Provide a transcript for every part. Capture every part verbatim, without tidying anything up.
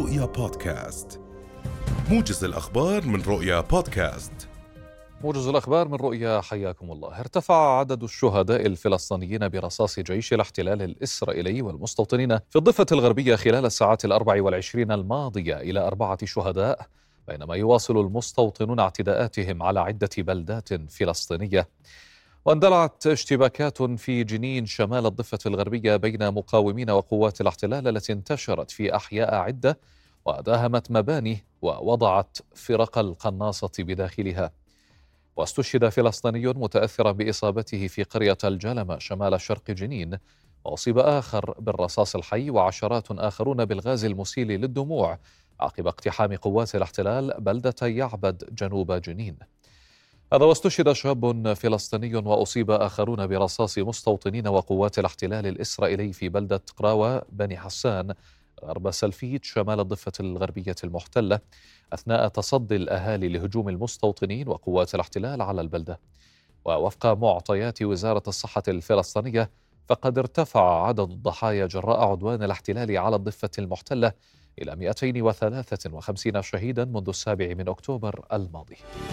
رؤيا بودكاست. موجز الأخبار من رؤيا بودكاست. موجز الأخبار من رؤيا، حياكم الله. ارتفع عدد الشهداء الفلسطينيين برصاص جيش الاحتلال الإسرائيلي والمستوطنين في الضفة الغربية خلال الساعات الأربع والعشرين الماضية إلى أربعة شهداء، بينما يواصل المستوطنون اعتداءاتهم على عدة بلدات فلسطينية. واندلعت اشتباكات في جنين شمال الضفة الغربية بين مقاومين وقوات الاحتلال التي انتشرت في أحياء عدة وداهمت مباني ووضعت فرق القناصة بداخلها. واستشهد فلسطيني متأثرا بإصابته في قرية الجلمة شمال شرق جنين، وأصيب آخر بالرصاص الحي وعشرات آخرون بالغاز المسيل للدموع عقب اقتحام قوات الاحتلال بلدة يعبد جنوب جنين. هذا واستشهد شاب فلسطيني وأصيب آخرون برصاص مستوطنين وقوات الاحتلال الإسرائيلي في بلدة قراوة بني حسان غرب سلفيت شمال الضفة الغربية المحتلة أثناء تصدي الأهالي لهجوم المستوطنين وقوات الاحتلال على البلدة. ووفق معطيات وزارة الصحة الفلسطينية، فقد ارتفع عدد الضحايا جراء عدوان الاحتلال على الضفة المحتلة إلى مئتين وثلاثة وخمسين شهيدا منذ السابع من أكتوبر الماضي.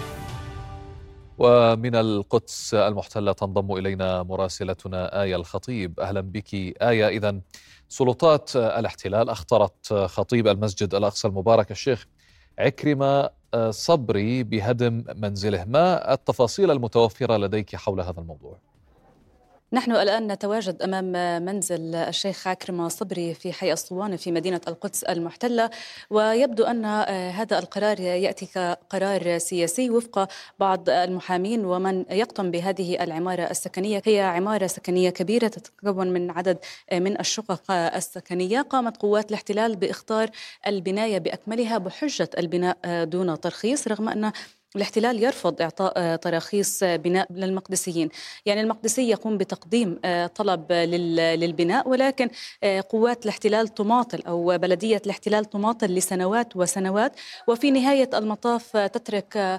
ومن القدس المحتلة تنضم إلينا مراسلتنا آية الخطيب. أهلا بك آية. إذن سلطات الاحتلال أخطرت خطيب المسجد الأقصى المبارك الشيخ عكرمة صبري بهدم منزله، ما التفاصيل المتوفرة لديك حول هذا الموضوع؟ نحن الآن نتواجد أمام منزل الشيخ عكرمة صبري في حي الصوان في مدينة القدس المحتلة، ويبدو أن هذا القرار يأتي كقرار سياسي وفق بعض المحامين ومن يقطن بهذه العمارة السكنية. هي عمارة سكنية كبيرة تتكون من عدد من الشقق السكنية. قامت قوات الاحتلال بإخطار البناية بأكملها بحجة البناء دون ترخيص، رغم أن الاحتلال يرفض إعطاء تراخيص بناء للمقدسيين. يعني المقدسي يقوم بتقديم طلب للبناء، ولكن قوات الاحتلال تماطل أو بلدية الاحتلال تماطل لسنوات وسنوات، وفي نهاية المطاف تترك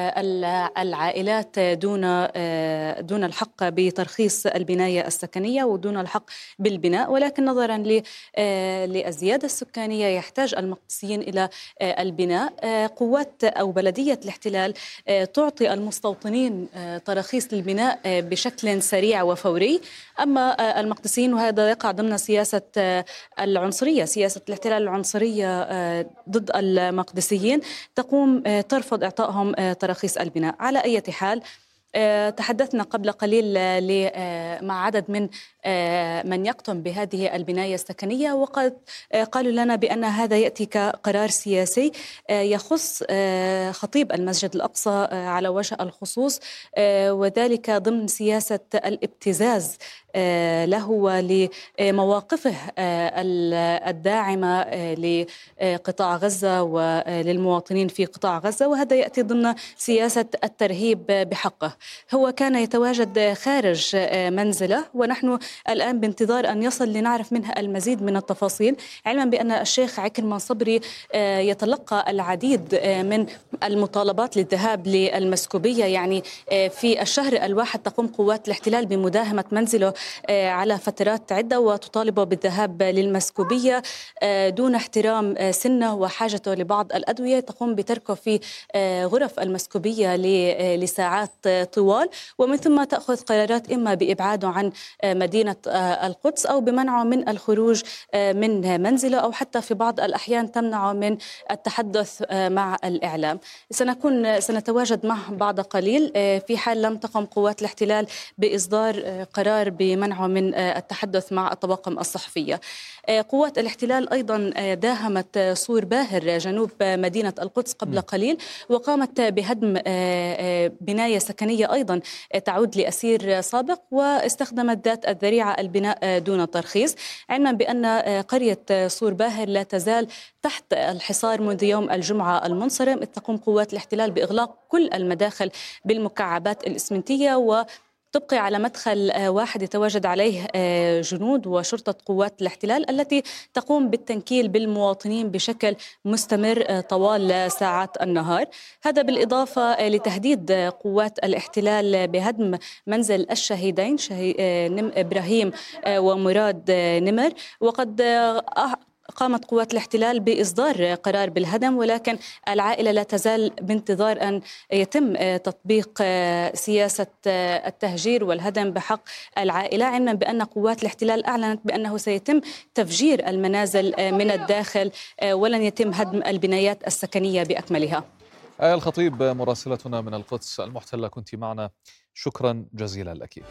العائلات دون دون الحق بترخيص البناية السكنية ودون الحق بالبناء. ولكن نظرا للزيادة السكانية يحتاج المقدسيين إلى البناء. قوات أو بلدية الاحتلال تعطي المستوطنين تراخيص للبناء بشكل سريع وفوري. أما المقدسيين، وهذا يقع ضمن سياسة العنصرية، سياسة الاحتلال العنصرية ضد المقدسيين، تقوم ترفض إعطائهم تراخيص البناء. على أي حال، تحدثنا قبل قليل مع عدد من من يقطن بهذه البناية السكنية، وقد قالوا لنا بأن هذا يأتي كقرار سياسي يخص خطيب المسجد الأقصى على وجه الخصوص، وذلك ضمن سياسة الابتزاز له ولمواقفه الداعمة لقطاع غزة وللمواطنين في قطاع غزة، وهذا يأتي ضمن سياسة الترهيب بحقه. هو كان يتواجد خارج منزله، ونحن الآن بانتظار أن يصل لنعرف منها المزيد من التفاصيل، علما بأن الشيخ عكرمة صبري يتلقى العديد من المطالبات للذهاب للمسكوبية. يعني في الشهر الواحد تقوم قوات الاحتلال بمداهمة منزله على فترات عدة وتطالبه بالذهاب للمسكوبية دون احترام سنه وحاجته لبعض الأدوية. تقوم بتركه في غرف المسكوبية لساعات طوال، ومن ثم تأخذ قرارات إما بإبعاده عن مدينة القدس أو بمنعه من الخروج من منزله، أو حتى في بعض الأحيان تمنعه من التحدث مع الإعلام. سنكون سنتواجد معه بعد قليل في حال لم تقم قوات الاحتلال بإصدار قرار بمنعه من التحدث مع الطواقم الصحفية. قوات الاحتلال أيضا داهمت سور باهر جنوب مدينة القدس قبل قليل، وقامت بهدم بناية سكنية أيضا تعود لأسير سابق، واستخدمت ذات الذريعة البناء دون ترخيص، علما بأن قرية سور باهر لا تزال تحت الحصار منذ يوم الجمعة المنصرم، إذ تقوم قوات الاحتلال بإغلاق كل المداخل بالمكعبات الإسمنتية، و تبقي على مدخل واحد يتواجد عليه جنود وشرطة قوات الاحتلال التي تقوم بالتنكيل بالمواطنين بشكل مستمر طوال ساعات النهار. هذا بالإضافة لتهديد قوات الاحتلال بهدم منزل الشهيدين شهي... إبراهيم ومراد نمر، وقد قامت قوات الاحتلال بإصدار قرار بالهدم، ولكن العائلة لا تزال بانتظار أن يتم تطبيق سياسة التهجير والهدم بحق العائلة، علما بأن قوات الاحتلال أعلنت بأنه سيتم تفجير المنازل من الداخل ولن يتم هدم البنايات السكنية بأكملها. آية الخطيب مراسلتنا من القدس المحتلة، كنت معنا، شكرا جزيلا لك.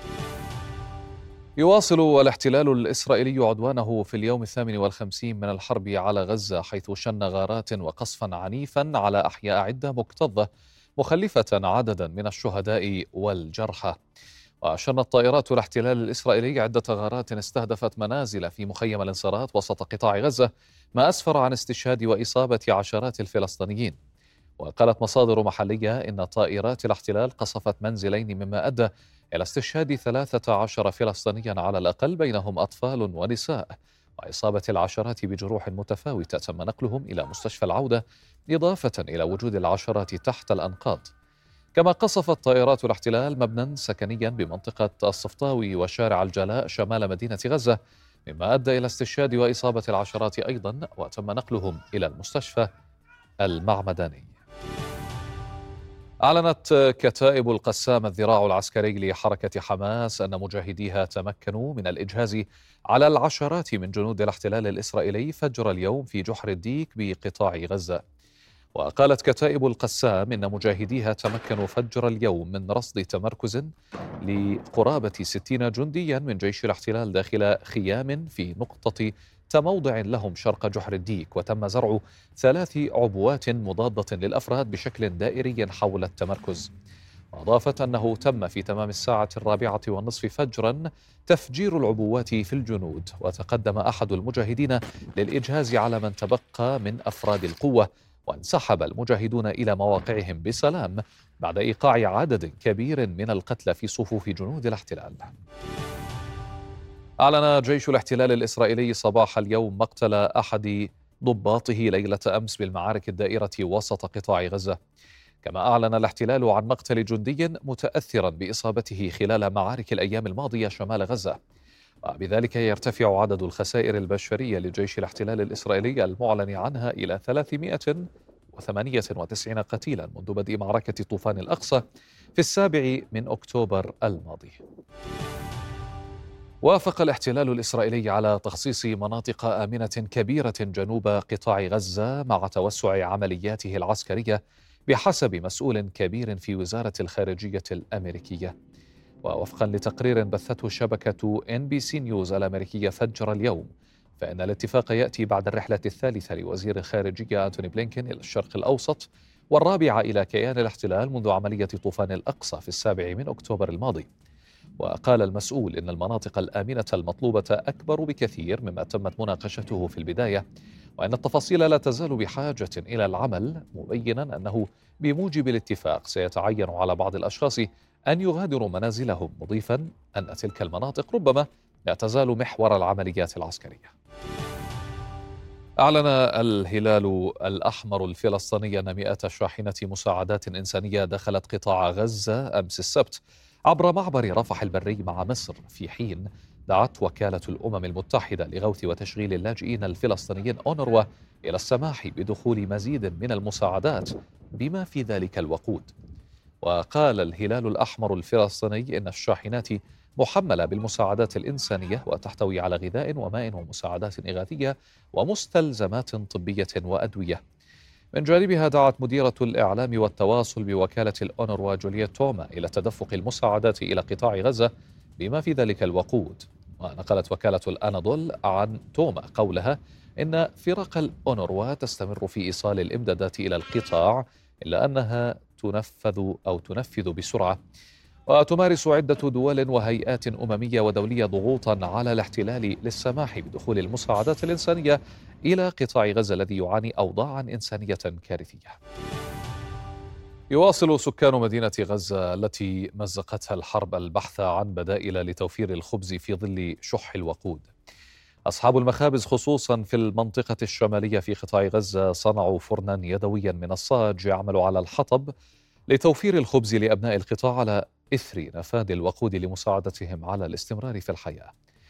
يواصل الاحتلال الإسرائيلي عدوانه في اليوم الثامن والخمسين من الحرب على غزة، حيث شن غارات وقصفا عنيفا على أحياء عدة مكتظة، مخلفة عددا من الشهداء والجرحى. وشنت طائرات الاحتلال الإسرائيلي عدة غارات استهدفت منازل في مخيم الانصارات وسط قطاع غزة، ما أسفر عن استشهاد وإصابة عشرات الفلسطينيين. وقالت مصادر محلية إن طائرات الاحتلال قصفت منزلين، مما أدى إلى استشهاد ثلاثة عشر فلسطينيا على الأقل، بينهم أطفال ونساء، وإصابة العشرات بجروح متفاوتة تم نقلهم إلى مستشفى العودة، إضافة إلى وجود العشرات تحت الأنقاض. كما قصفت طائرات الاحتلال مبنى سكنيا بمنطقة الصفطاوي وشارع الجلاء شمال مدينة غزة، مما أدى إلى استشهاد وإصابة العشرات أيضا، وتم نقلهم إلى المستشفى المعمداني. أعلنت كتائب القسام الذراع العسكري لحركة حماس أن مجاهديها تمكنوا من الإجهاز على العشرات من جنود الاحتلال الإسرائيلي فجر اليوم في جحر الديك بقطاع غزة. وقالت كتائب القسام إن مجاهديها تمكنوا فجر اليوم من رصد تمركز لقرابة ستين جنديا من جيش الاحتلال داخل خيام في نقطة تموضع لهم شرق جحر الديك، وتم زرع ثلاث عبوات مضادة للأفراد بشكل دائري حول التمركز. وأضافت أنه تم في تمام الساعة الرابعة والنصف فجرا تفجير العبوات في الجنود، وتقدم أحد المجاهدين للإجهاز على من تبقى من أفراد القوة، وانسحب المجاهدون إلى مواقعهم بسلام بعد إيقاع عدد كبير من القتلى في صفوف جنود الاحتلال. أعلن جيش الاحتلال الإسرائيلي صباح اليوم مقتل أحد ضباطه ليلة أمس بالمعارك الدائرة وسط قطاع غزة. كما أعلن الاحتلال عن مقتل جندي متأثرا بإصابته خلال معارك الأيام الماضية شمال غزة، وبذلك يرتفع عدد الخسائر البشرية لجيش الاحتلال الإسرائيلي المعلن عنها إلى ثلاثمائة وثمانية وتسعين قتيلا منذ بدء معركة طوفان الأقصى في السابع من أكتوبر الماضي. وافق الاحتلال الإسرائيلي على تخصيص مناطق آمنة كبيرة جنوب قطاع غزة مع توسع عملياته العسكرية بحسب مسؤول كبير في وزارة الخارجية الأمريكية. ووفقا لتقرير بثته شبكة إن بي سي نيوز الأمريكية فجر اليوم، فإن الاتفاق يأتي بعد الرحلة الثالثة لوزير الخارجية أنتوني بلينكين إلى الشرق الأوسط، والرابعة إلى كيان الاحتلال منذ عملية طوفان الأقصى في السابع من أكتوبر الماضي. وقال المسؤول إن المناطق الآمنة المطلوبة أكبر بكثير مما تمت مناقشته في البداية، وأن التفاصيل لا تزال بحاجة إلى العمل، مبينا أنه بموجب الاتفاق سيتعين على بعض الأشخاص أن يغادروا منازلهم، مضيفا أن تلك المناطق ربما لا تزال محور العمليات العسكرية. أعلن الهلال الأحمر الفلسطيني أن مئة شاحنة مساعدات إنسانية دخلت قطاع غزة أمس السبت عبر معبر رفح البري مع مصر، في حين دعت وكالة الأمم المتحدة لغوث وتشغيل اللاجئين الفلسطينيين أونروا إلى السماح بدخول مزيد من المساعدات بما في ذلك الوقود. وقال الهلال الأحمر الفلسطيني إن الشاحنات محملة بالمساعدات الإنسانية وتحتوي على غذاء وماء ومساعدات إغاثية ومستلزمات طبية وأدوية. من جانبها دعت مديرة الإعلام والتواصل بوكالة الأونروا جولييت توما إلى تدفق المساعدات إلى قطاع غزة بما في ذلك الوقود. ونقلت وكالة الأناضول عن توما قولها إن فرق الأونروا تستمر في إيصال الإمدادات إلى القطاع، إلا أنها تنفذ أو تنفذ بسرعة. وتمارس عدة دول وهيئات أممية ودولية ضغوطا على الاحتلال للسماح بدخول المساعدات الإنسانية إلى قطاع غزة الذي يعاني أوضاعا إنسانية كارثية. يواصل سكان مدينة غزة التي مزقتها الحرب البحث عن بدائل لتوفير الخبز في ظل شح الوقود. أصحاب المخابز خصوصا في المنطقة الشمالية في قطاع غزة صنعوا فرنا يدويا من الصاج يعمل على الحطب لتوفير الخبز لأبناء القطاع على إثر نفاذ الوقود لمساعدتهم على الاستمرار في الحياة.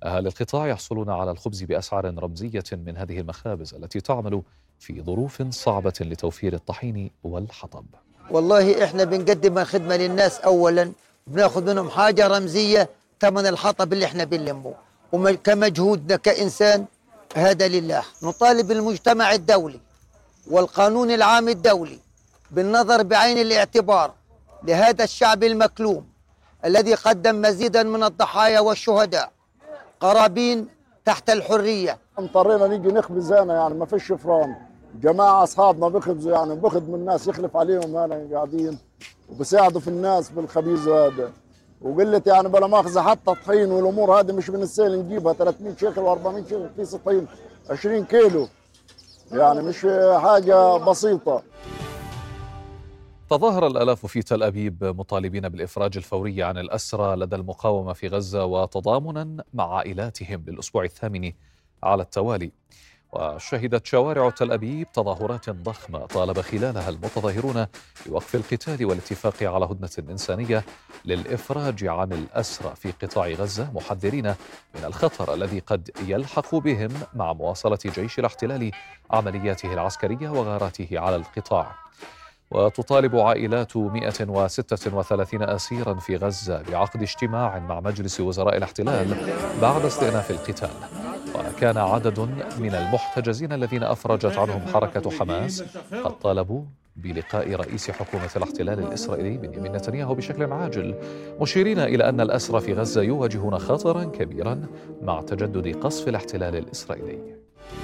أهالي القطاع يحصلون على الخبز بأسعار رمزية من هذه المخابز التي تعمل في ظروف صعبة لتوفير الطحين والحطب. والله إحنا بنقدم خدمة للناس، أولا بناخذ منهم حاجة رمزية ثمن الحطب اللي إحنا بنلمه، وكمجهودنا كإنسان هذا لله. نطالب المجتمع الدولي والقانون العام الدولي بالنظر بعين الاعتبار لهذا الشعب المكلوم الذي قدم مزيدا من الضحايا والشهداء قرابين تحت الحرية. اضطرينا نيجي نخبز هنا، يعني ما فيش فران، جماعة أصحابنا بيخبزوا، يعني بيخدموا من الناس، يخلف عليهم هنا قاعدين وبيساعدوا في الناس بالخبيز هذا. وقلت يعني بلا مؤاخذة حتى الطحين والأمور هذه مش من السهل نجيبها، ثلاثمئة شيكل وأربعمئة شيكل كيس الطحين عشرين كيلو، يعني مش حاجة بسيطة. تظاهر الآلاف في تل أبيب مطالبين بالإفراج الفوري عن الأسرى لدى المقاومة في غزة وتضامنا مع عائلاتهم للأسبوع الثامن على التوالي. وشهدت شوارع تل أبيب تظاهرات ضخمة طالب خلالها المتظاهرون بوقف القتال والاتفاق على هدنة إنسانية للإفراج عن الأسرى في قطاع غزة، محذرين من الخطر الذي قد يلحق بهم مع مواصلة جيش الاحتلال عملياته العسكرية وغاراته على القطاع. وتطالب عائلات مئة وستة وثلاثين أسيرا في غزة بعقد اجتماع مع مجلس وزراء الاحتلال بعد استئناف القتال. وكان عدد من المحتجزين الذين أفرجت عنهم حركة حماس قد طالبوا بلقاء رئيس حكومة الاحتلال الإسرائيلي بنيامين نتنياهو بشكل عاجل، مشيرين إلى أن الأسرى في غزة يواجهون خطرا كبيرا مع تجدد قصف الاحتلال الإسرائيلي.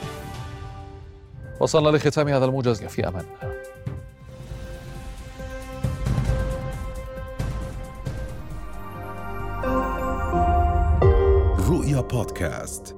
وصلنا لختام هذا الموجز، في أمان. رؤيا بودكاست.